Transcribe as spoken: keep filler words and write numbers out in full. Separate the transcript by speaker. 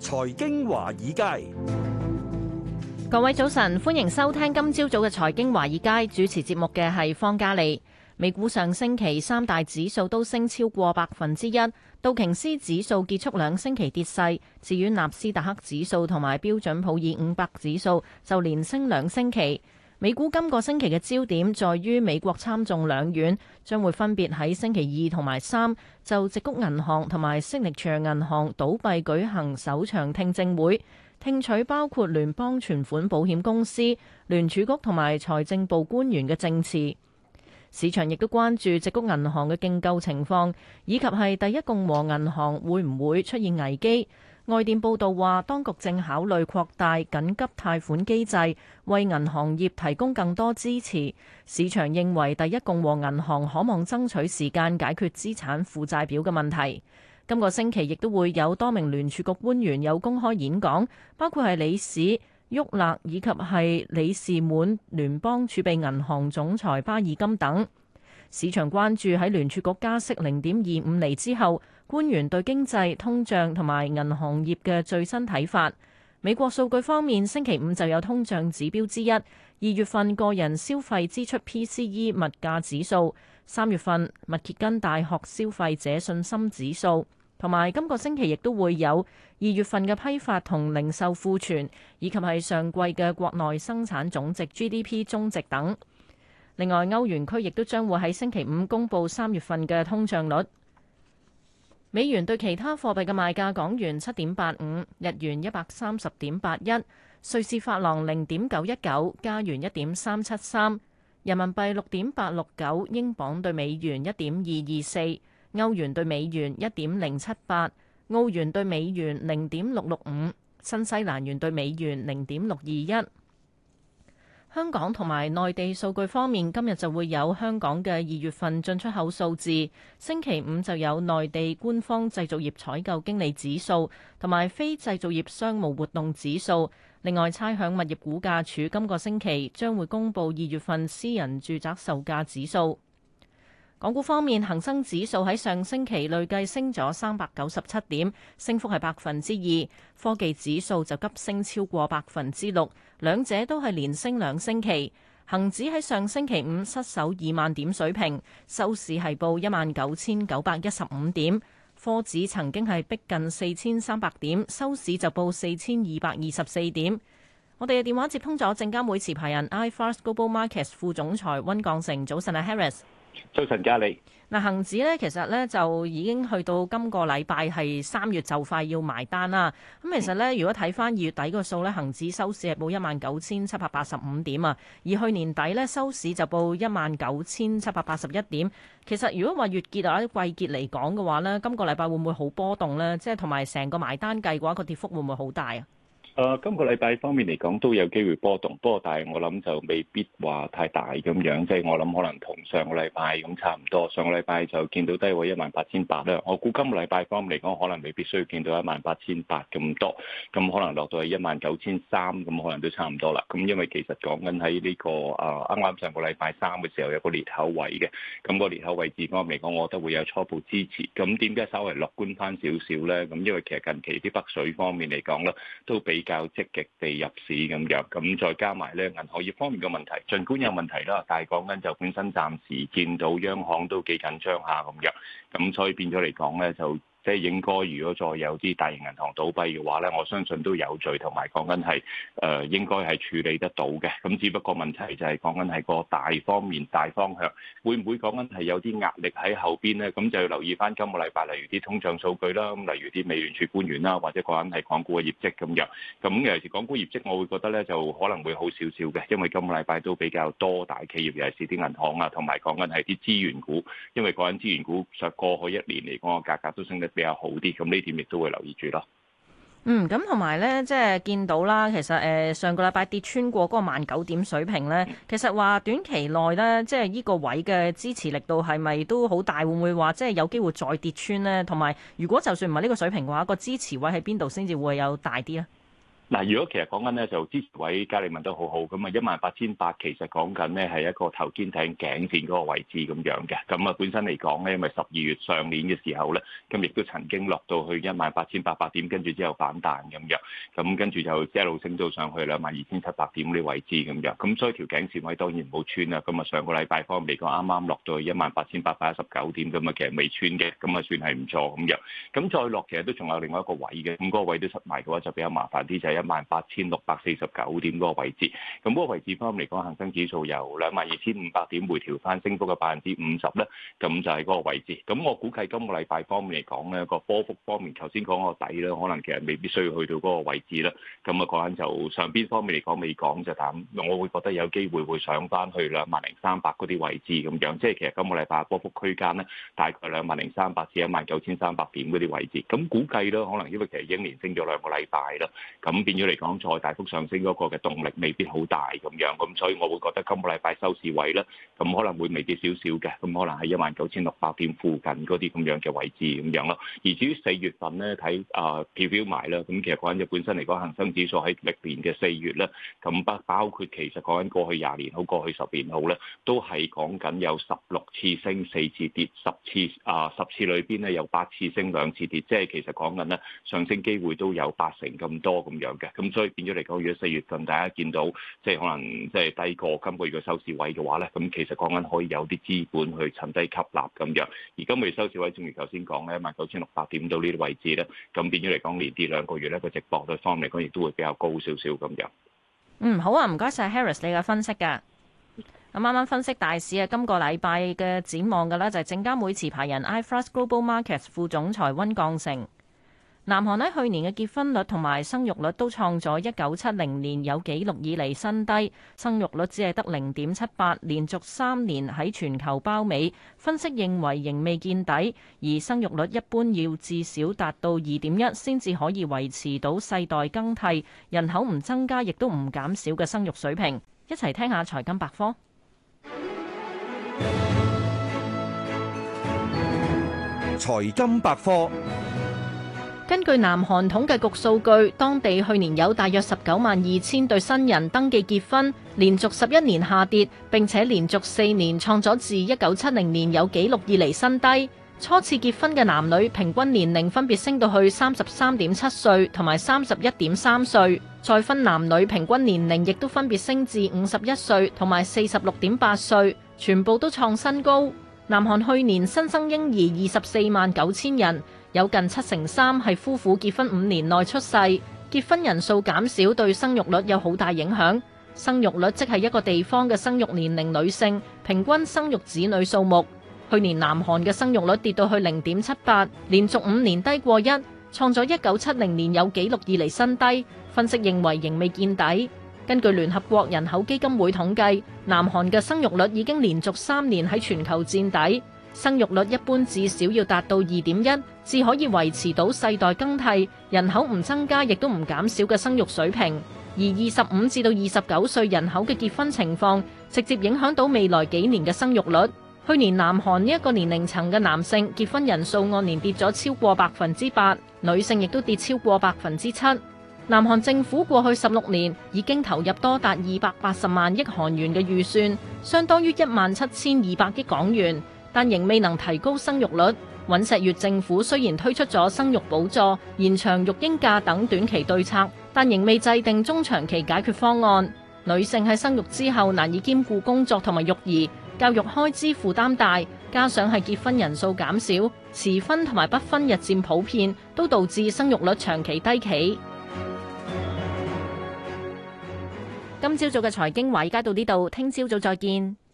Speaker 1: 財經華爾街，
Speaker 2: 各位早晨，歡迎收聽今朝早嘅財經華爾街，主持節目嘅係方嘉利。美股上星期三大指數都升超過百分之一，道瓊斯指數結束兩星期跌勢，至於納斯達克指數同埋標準普爾五百指數就連升兩星期。美股今個星期嘅焦點在於美國參眾兩院將會分別喺星期二同埋三就矽谷銀行同埋悉尼長銀行倒閉舉行首場聽證會，聽取包括聯邦存款保險公司、聯儲局同埋財政部官員嘅證詞。市場亦都關注矽谷銀行嘅競購情況，以及係第一共和銀行會唔會出現危機。外電報道話，當局正考慮擴大緊急貸款機制，為銀行業提供更多支持。市場認為第一共和銀行可望爭取時間解決資產負債表嘅問題。今個星期亦都會有多名聯儲局官員有公開演講，包括係理事沃勒以及係里士滿聯邦儲備銀行總裁巴爾金等。市場關注喺聯儲局加息零點二五厘之後，官員對經濟、通脹同埋銀行業嘅最新睇法。美國數據方面，星期五就有通脹指標之一，二月份個人消費支出 P C E 物價指數，三月份密歇根大學消費者信心指數，同埋今個星期亦都會有二月份嘅批發同零售庫存，以及係上季嘅國內生產總值 G D P 終值等。另外，歐元區亦都將會喺星期五公布三月份嘅通脹率。美元對其他貨幣嘅賣價：港元七點八五，日元一百三十點八一，瑞士法郎零點九一九，加元一點三七三，人民幣六點八六九，英鎊對美元一點二二四，歐元對美元一點零七八，澳元對美元零點六六五，新西蘭元對美元零點六二一。香港同埋內地數據方面，今日就會有香港嘅二月份進出口數字，星期五就有內地官方製造業採購經理指數同埋非製造業商務活動指數。另外，差餉物業估價署今個星期將會公布二月份私人住宅售價指數。港股方面，恒生指數喺上星期累計升咗三百九十七點，升幅係百分之二。科技指數就急升超過百分之六，兩者都係連升兩星期。恒指喺上星期五失守二萬點水平，收市係報一萬九千九百一十五點。科指曾經係逼近四千三百點，收市就報四千二百二十四點。我哋嘅電話接通咗證監會持牌人 iFAST Global Markets 副總裁温鋼成。早晨啊 Harris。
Speaker 3: 早晨，嘉利。
Speaker 2: 嗱，恒指咧，其實咧就已經去到今個禮拜係三月就快要埋單啦。咁其實咧，如果睇翻二月底個數咧，恒指收市係報一萬九千七百八十五點啊，而去年底咧收市就報一萬九千七百八十一點。其實如果話月結或者季結嚟講嘅話咧，今個禮拜會唔會好波動咧？即係同埋成個埋單計嘅話，個跌幅會唔會好大啊？
Speaker 3: 誒、呃，今個禮拜方面嚟講都有機會波動，不過但係我諗就未必話太大咁樣，即係我諗可能同上個禮拜咁差唔多。上個禮拜就見到低位一萬八千八啦，我估今個禮拜方面嚟講，可能未必需要見到一萬八千八咁多，咁可能落到係一萬九千三，咁可能都差唔多啦。咁因為其實講緊喺呢個誒啱啱上個禮拜三嘅時候有個裂口位嘅，咁個裂口位置方面嚟講，我覺得會有初步支持。咁點解稍微樂觀翻少少咧？咁因為其實近期啲北水方面嚟講咧，都比較積極地入市咁樣，咁再加埋咧銀行業方面嘅問題，儘管有問題啦，但係講緊就本身暫時見到央行都幾緊張下咁樣，咁所以變咗嚟講咧就。即係應該，如果再有啲大型銀行倒閉嘅話咧，我相信都有序，同埋講緊係誒應該係處理得到嘅。咁只不過問題就係講緊係個大方面、大方向，會唔會講緊係有啲壓力喺後邊咧？咁就要留意翻今個禮拜，例如啲通脹數據啦，咁例如啲美聯儲官員啦，或者講緊係港股嘅業績咁樣。咁尤其是港股業績，我會覺得咧就可能會好少少嘅，因為今個禮拜都比較多大企業，尤其是啲銀行啊，同埋講緊係啲資源股，因為講緊資源股實過去一年嚟講個價格都升得比較好啲，咁呢點亦都會留意住咯。
Speaker 2: 嗯，咁同埋咧，即係見到啦，其實誒、呃、上個禮拜跌穿過嗰個萬九點水平咧，其實話短期內咧，即係呢個位嘅支持力度係咪都好大？會唔會話即係有機會再跌穿咧？同埋，如果就算唔係呢個水平嘅話，個支持位喺邊度先至會有大啲咧？
Speaker 3: 嗱，如果其實講緊咧，就支持位嘉利問得好好，咁啊一萬八千八其實講緊咧係一個頭肩頂頸線嗰個位置咁樣嘅，咁啊本身嚟講咧，因為十二月上年嘅時候咧，咁亦都曾經落到去一萬八千八百點，跟住之後反彈咁樣，咁跟住就一路升到上去兩萬二千七百點呢啲位置咁樣，咁所以條頸線位當然唔好穿啦，咁啊上個禮拜方面嚟講，啱啱落到去一萬八千八百一十九點，咁啊其實未穿嘅，咁啊算係唔錯咁樣，咁再落其實都仲有另外一個位嘅，咁嗰個位都失埋嘅話就比較麻煩啲，就係一萬八千六百四十九點嗰個位置，咁嗰個位置方面嚟講，恒生指數由兩萬二千五百點回調翻，升幅嘅百分之五十咧，咁就係嗰個位置。咁我估計今個禮拜方面嚟講咧，個波幅方面，頭先講個底咧，可能其實未必需要去到嗰個位置啦。咁啊講緊就上邊方面嚟講未講就淡，我會覺得有機會會上翻去兩萬零三百嗰啲位置咁樣。即係其實今個禮拜波幅區間咧，大概兩萬零三百至一萬九千三百點嗰啲位置。咁估計咧，可能因為其實已經連升咗兩個禮拜啦，咁變咗嚟講，再大幅上升嗰個嘅動力未必好大咁樣。咁所以我會覺得今個禮拜收市位咧，咁可能會微跌少少嘅，咁可能係一萬九千六百點附近嗰啲咁樣嘅位置咁樣咯。而至於四月份咧，睇啊票表埋啦，咁其實講緊本身嚟講，恒生指數喺歷年嘅四月咧，咁不包括其實講緊過去廿年好，過去十年好咧，都係講緊有十六次升四次跌，十次啊十次裏邊咧有八次升兩次跌，即係其實講緊咧上升機會都有八成咁多咁樣嘅。咁所以變咗嚟講，如果四月份大家見到即係可能即係低過今個月嘅收市位嘅話咧，咁其實講緊可以有啲資本去趁低吸納咁樣。而今個月收市位正如頭先講咧，一萬九千六百點到呢啲位置咧，咁變咗嚟講連跌兩個月咧，個值博率方面嚟講亦都會比較高少少咁樣。
Speaker 2: 嗯，好啊，唔該晒 Harris 你嘅分析㗎。咁啱啱分析大市啊，今個禮拜嘅展望嘅咧就係證監會持牌人 iFAST Global Markets 副總裁溫鋼成。南韓喺去年嘅結婚率同埋生育率都創咗一九七零年有紀錄以嚟新低，生育率只係得零點七八，連續三年喺全球包尾。分析認為仍未見底，而生育率一般要至少達到二點一先至可以維持到世代更替、人口唔增加亦都唔減少嘅生育水平。一齊聽下財金百科。
Speaker 1: 財金百科。
Speaker 2: 根據南韓統計局數據，當地去年有大約十九萬二千對新人登記結婚，連續十一年下跌，並且連續四年創咗自一九七零年有紀錄以嚟新低。初次結婚嘅男女平均年齡分別升到去三十三點七歲同埋三十一點三歲，再婚男女平均年齡亦都分別升至五十一歲同埋四十六點八歲，全部都創新高。南韓去年新生嬰兒二十四萬九千人。有近七成三係夫婦結婚五年內出世，結婚人數減少對生育率有好大影響。生育率即係一個地方嘅生育年齡女性平均生育子女數目。去年南韓嘅生育率跌到去零點七八，連續五年低過一，創咗一九七零年有紀錄以嚟新低。分析認為仍未見底。根據聯合國人口基金會統計，南韓嘅生育率已經連續三年喺全球墊底。生育率一般至少要達到二點一，至可以維持到世代更替、人口唔增加亦都唔減少嘅生育水平。而二十五至到二十九歲人口嘅結婚情況，直接影響到未來幾年嘅生育率。去年南韓呢一個年齡層嘅男性結婚人數按年跌咗超過百分之八，女性亦都跌超過百分之七。南韓政府過去十六年已經投入多達二百八十萬億韓元嘅預算，相當於一萬七千二百億港元。但仍未能提高生育率。尹錫悅政府雖然推出咗生育補助、延長育嬰假等短期對策，但仍未制定中長期解決方案。女性喺生育之後難以兼顧工作同埋育兒，教育開支負擔大，加上係結婚人數減少，遲婚同埋不婚日漸普遍，都導致生育率長期低企。今朝早嘅財經華爾街到呢度，聽朝早再見。